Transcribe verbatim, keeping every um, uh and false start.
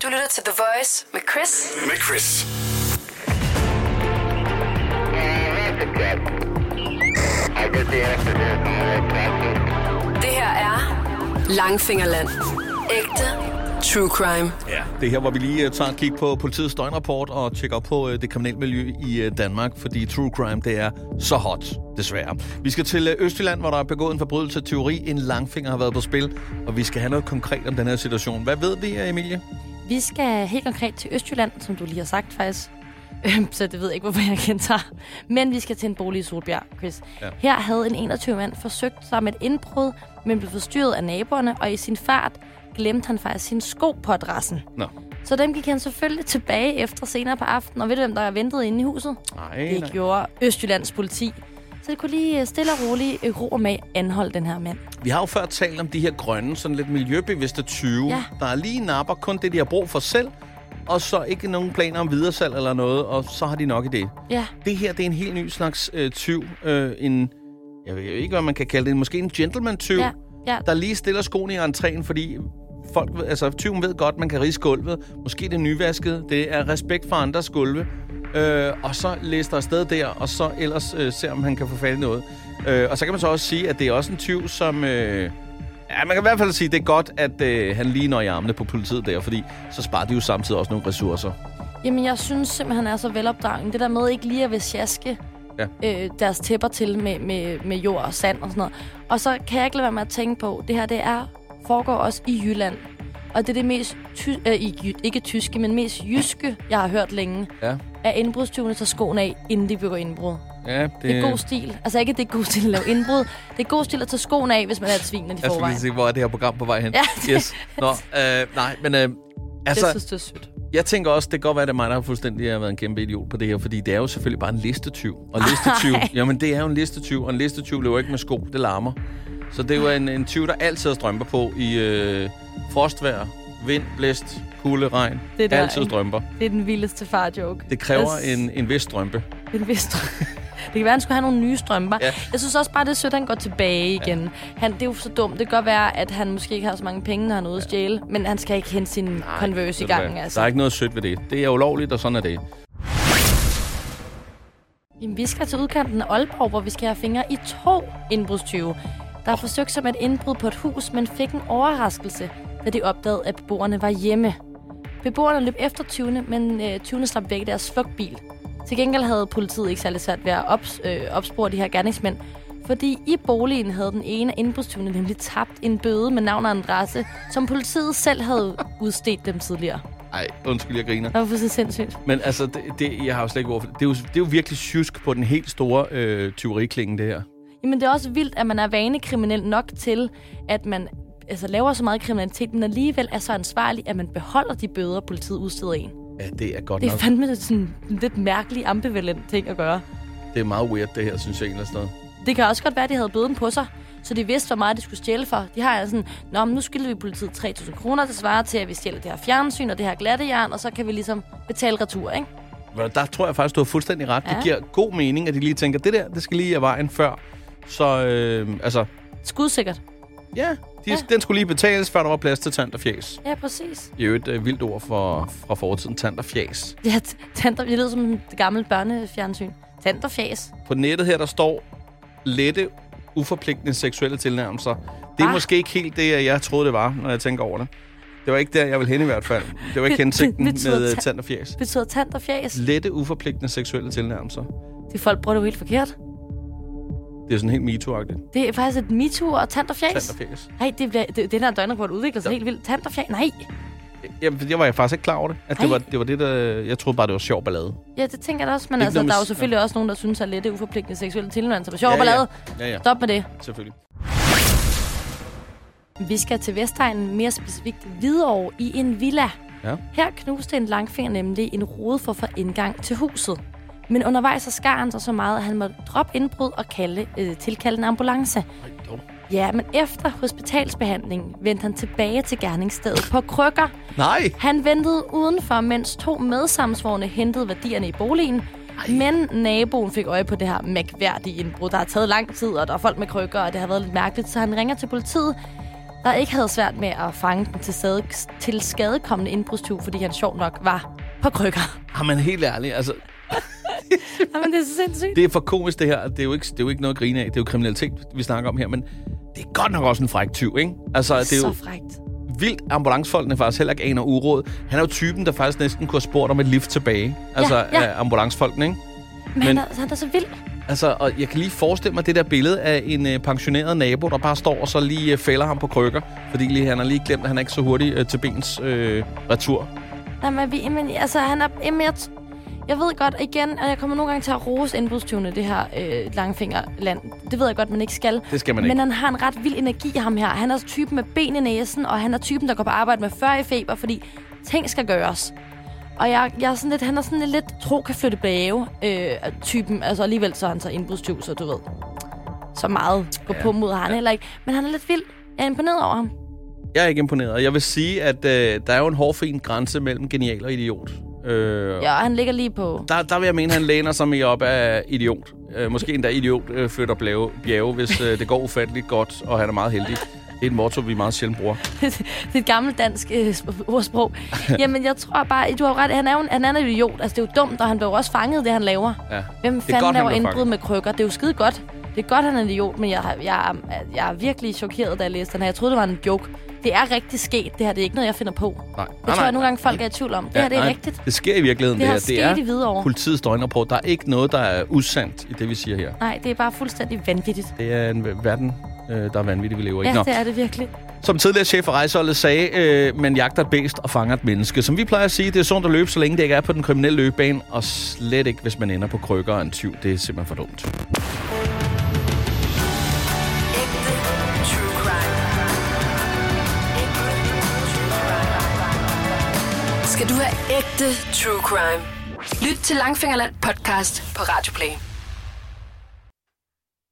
Du lytter til The Voice med Chris. Med Chris. Det her er Langfingerland. Ægte true crime. Ja, det er her, hvor vi lige tager et kig på politiets døgnrapport og tjekker på det kriminelle miljø i Danmark, fordi true crime, det er så hot, desværre. Vi skal til Østjylland, hvor der er begået en forbrydelse af tyveri. En langfinger har været på spil, og vi skal have noget konkret om den her situation. Hvad ved vi, Emilie? Vi skal helt konkret til Østjylland, som du lige har sagt faktisk. Så det ved jeg ikke, hvorfor jeg gentager. Men vi skal til en bolig i Solbjerg, Chris. Ja. Her havde en enogtyve-mand forsøgt sig med et indbrud, men blev forstyrret af naboerne, og i sin fart glemte han faktisk sine sko på adressen. Nå. Så dem gik han selvfølgelig tilbage efter senere på aftenen. Og ved du, hvem der ventede inde i huset? Nej, det nej. gjorde Østjyllands politi. Så det kunne lige stille og roligt ro og med anholde den her mand. Vi har jo før talt om de her grønne, sådan lidt miljøbevidste tyve. Ja. Der er lige napper kun det, de har brug for selv. Og så ikke nogen planer om videresalg eller noget, og så har de nok i det. Ja. Det her, det er en helt ny slags øh, tyv. Øh, en, jeg ved ikke, hvad man kan kalde det. Måske en gentleman-tyv, ja. Ja. Der lige stiller skoene i entréen, fordi folk, altså, tyven ved godt, man kan ridse gulvet. Måske det er nyvasket. Det er respekt for andres gulve. Øh, og så læser der afsted der, og så ellers øh, ser, om han kan få fat i noget. Øh, og så kan man så også sige, at det er også en tyv, som... Øh, Ja, man kan i hvert fald sige, at det er godt, at øh, han lige når i armene på politiet der, fordi så sparer de jo samtidig også nogle ressourcer. Jamen, jeg synes simpelthen, han er så velopdragen. Det der med ikke lige at vil sjaske ja. øh, deres tæpper til med, med, med jord og sand og sådan noget. Og så kan jeg ikke lade være med at tænke på, det her det er, foregår også i Jylland. Og det er det mest, ty- øh, ikke tyske, men mest jyske, jeg har hørt længe, ja. At indbrudstyvene tager skoene af, inden de begår indbrud. Ja, det... det er god stil. Altså ikke, det er god stil at lave indbrud. Det er god stil at tage skoene af, hvis man er et svin, når de får vejen. Jeg skal lige se, hvor er det her program på vej hen. Ja, det... Yes. Nå, øh, nej, men... Øh, altså, det synes, det er sødt. Jeg tænker også, det kan godt være, at det er mig, der har fuldstændig har været en kæmpe idiot på det her, fordi det er jo selvfølgelig bare en listetyv. Og listetyv, jamen det er jo en listetyv, og en listetyv løber ikke med sko, det larmer. Så det er jo en, en tyv, der altid har strømper på i øh, frostvejr, vind, blæst, kulde, regn. Det er altid strømper. Det er den vildeste far-joke. Det kræver yes. en, en vis strømpe. En vis strømpe. Det kan være, at han skulle have nogle nye strømper. Ja. Jeg synes også bare, det er sødt, at han går tilbage igen. Ja. Han, det er jo så dumt. Det kan godt være, at han måske ikke har så mange penge, når han er ude at stjæle. Men han skal ikke hente sin Converse i gang. Altså. Der er ikke noget sødt ved det. Det er ulovligt, og sådan er det. Jamen, vi skal til udkanten af Aalborg, hvor vi skal have fingre i to indbrudstyve. Der har forsøgt sig med et indbrud på et hus, men fik en overraskelse, da de opdagede, at beboerne var hjemme. Beboerne løb efter tyvene, men øh, tyvene slap væk i deres flugtbil. Til gengæld havde politiet ikke særlig svært ved at ops, øh, opspore de her gerningsmænd, fordi i boligen havde den ene af indbrudstyvene nemlig tabt en bøde med navn og adresse, som politiet selv havde udstedt dem tidligere. Ej, undskyld, jeg griner. Det var fuldstændig sindssygt. Men altså, det, det, jeg har jo slet ikke ord for det. Det er jo, det er jo virkelig sjusk på den helt store øh, tyveriklinge, det her. Jamen, det er også vildt, at man er vanekriminel nok til, at man altså, laver så meget kriminalitet, men alligevel er så ansvarlig, at man beholder de bøder, politiet udsteder en. Ja, det er godt det er nok. Det er fandme sådan en lidt mærkelig, ambivalent ting at gøre. Det er meget weird, det her, synes jeg egentlig sted. Det kan også godt være, at de havde bøden på sig, så de vidste, hvor meget de skulle stjæle for. De har sådan, nå, men nu skylder vi politiet tre tusind kroner, det svarer til, at vi stjæler det her fjernsyn og det her glattejern, og så kan vi ligesom betale retur, ikke? Der tror jeg faktisk, du har fuldstændig ret. Ja. Det giver god mening, at de lige tænker, det der, det skal lige af vejen før. Så, øh, altså... Skudsikkert. Ja, de, ja, den skulle lige betales, før der var plads til tand og fjæs. Ja, præcis. Det er jo et øh, vildt ord for, fra fortiden, tand og fjæs. Ja, tand og... Det lyder som det gamle børnefjernsyn. Tand og fjæs. På nettet her, der står lette, uforpligtende seksuelle tilnærmelser. Det er ah. måske ikke helt det, jeg troede, det var, når jeg tænker over det. Det var ikke der, jeg ville hen i hvert fald. Det var ikke hensigten med tand og fjæs. Betyder tand og fjæs? Lette, uforpligtende seksuelle tilnærmelser. De folk bruger det jo helt forkert. Det er sådan helt MeToo-agtigt. Det er faktisk et MeToo og tand og fjæs. Tand og fjæs. Nej, det, bliver, det, det der døgnrapport udvikler sig ja. helt vildt. Tand og fjæs. Nej. Jamen, jeg var jeg faktisk ikke klar over det. At det var, det var det, der... Jeg troede bare, det var sjov ballade. Ja, det tænker jeg også. Men altså, der er jo selvfølgelig ja. også nogen, der synes, at lette, uforpligtende seksuelle tilnærmelser var sjov ja, ja. ballade. Ja, ja. Stop med det. Selvfølgelig. Vi skal til Vestegnen, mere specifikt Hvidovre, i en villa. Ja. Her knuste en langfinger nemlig en rode for at få indgang til huset. Men undervejs så skar han sig så meget, at han måtte droppe indbrud og kalde, øh, tilkalde en ambulance. Ej, ja, men efter hospitalsbehandlingen vendte han tilbage til gerningsstedet på krykker. Nej! Han ventede udenfor, mens to medsammensvorne hentede værdierne i boligen. Ej. Men naboen fik øje på det her mærkværdige indbrud. Der har taget lang tid, og der er folk med krykker, og det har været lidt mærkeligt. Så han ringer til politiet, der ikke havde svært med at fange den til, sade, til skadekommende indbrudstyv, fordi han sjov nok var på krykker. Jamen helt ærligt, altså... Jamen, det er så sindssygt. Det er for komisk, det her. Det er jo ikke, det er jo ikke noget at grine af. Det er jo kriminalitet, vi snakker om her, men det er godt nok også en fræk tyv, ikke? Altså, det er så jo frækt. Vildt, ambulancefolkene faktisk heller ikke aner uråd. Han er jo typen, der faktisk næsten kunne have spurgt om et lift tilbage. Altså, ja, ja. af ambulancefolkene, ikke? Men, men han, er, han er så vild. Altså, og jeg kan lige forestille mig det der billede af en øh, pensioneret nabo, der bare står og så lige øh, fælder ham på krykker, fordi lige, han har lige glemt, at han er ikke så hurtig øh, til bens øh, retur. Jamen, vi, men, altså, han er... Jamen, jeg, jeg ved godt, igen, at jeg kommer nogle gange til at rose indbrudstyvene, det her øh, Langfingerland. Det ved jeg godt, man ikke skal. Det skal man men ikke. han har en ret vild energi, ham her. Han er typen med ben i næsen, og han er typen, der går på arbejde med fyrre i feber, fordi ting skal gøres. Og jeg, jeg er sådan lidt, han er sådan lidt tro kan flytte bage øh, typen. Altså alligevel så er han så indbrudstyv, så du ved. Så meget gå ja. på mod har han ja. heller ikke. Men han er lidt vild. Jeg er imponeret over ham. Jeg er ikke imponeret. Jeg vil sige, at øh, der er jo en hårfin grænse mellem genial og idiot. Øh, ja, han ligger lige på... Der, der vil jeg mene, at han læner sig mere op af idiot. Øh, måske endda idiot øh, flytter bjerge, hvis øh, det går ufatteligt godt, og han er meget heldig. Det er et motto, vi meget sjældent bruger. Det er et gammelt dansk øh, ordsprog. Jamen, jeg tror bare, du har ret, han er jo en, han er en idiot. Altså, det er jo dumt, og han bliver jo også fanget, det han laver. Ja. Hvem fanden godt, laver indbrud med krykker? Det er jo skide godt. Det er godt, han er en idiot, men jeg, jeg, jeg, jeg er virkelig chokeret, da jeg læste den her. Jeg troede, det var en joke. Det er rigtig sket, det her. Det er ikke noget, jeg finder på. Nej. Det nej, tror nej, jeg nogle gange, folk er i tvivl om. Det ja, her, det er nej, rigtigt. Det sker i virkeligheden. Det, det, her. det er politiets døgnrapport. Der er ikke noget, der er usandt i det, vi siger her. Nej, det er bare fuldstændig vanvittigt. Det er en verden, der er vanvittig, vi lever i. Ja, Nå. det er det virkelig. Som tidligere chef for rejseholdet sagde, øh, man jagter et bæst og fanger et menneske. Som vi plejer at sige, det er sundt at løbe, så længe det ikke er på den kriminelle løbebane, og slet ikke, hvis man ender på krykker og en tyv. Det er simpelthen for dumt. Skal du have ægte true crime? Lyt til Langfingerland podcast på Radio Play.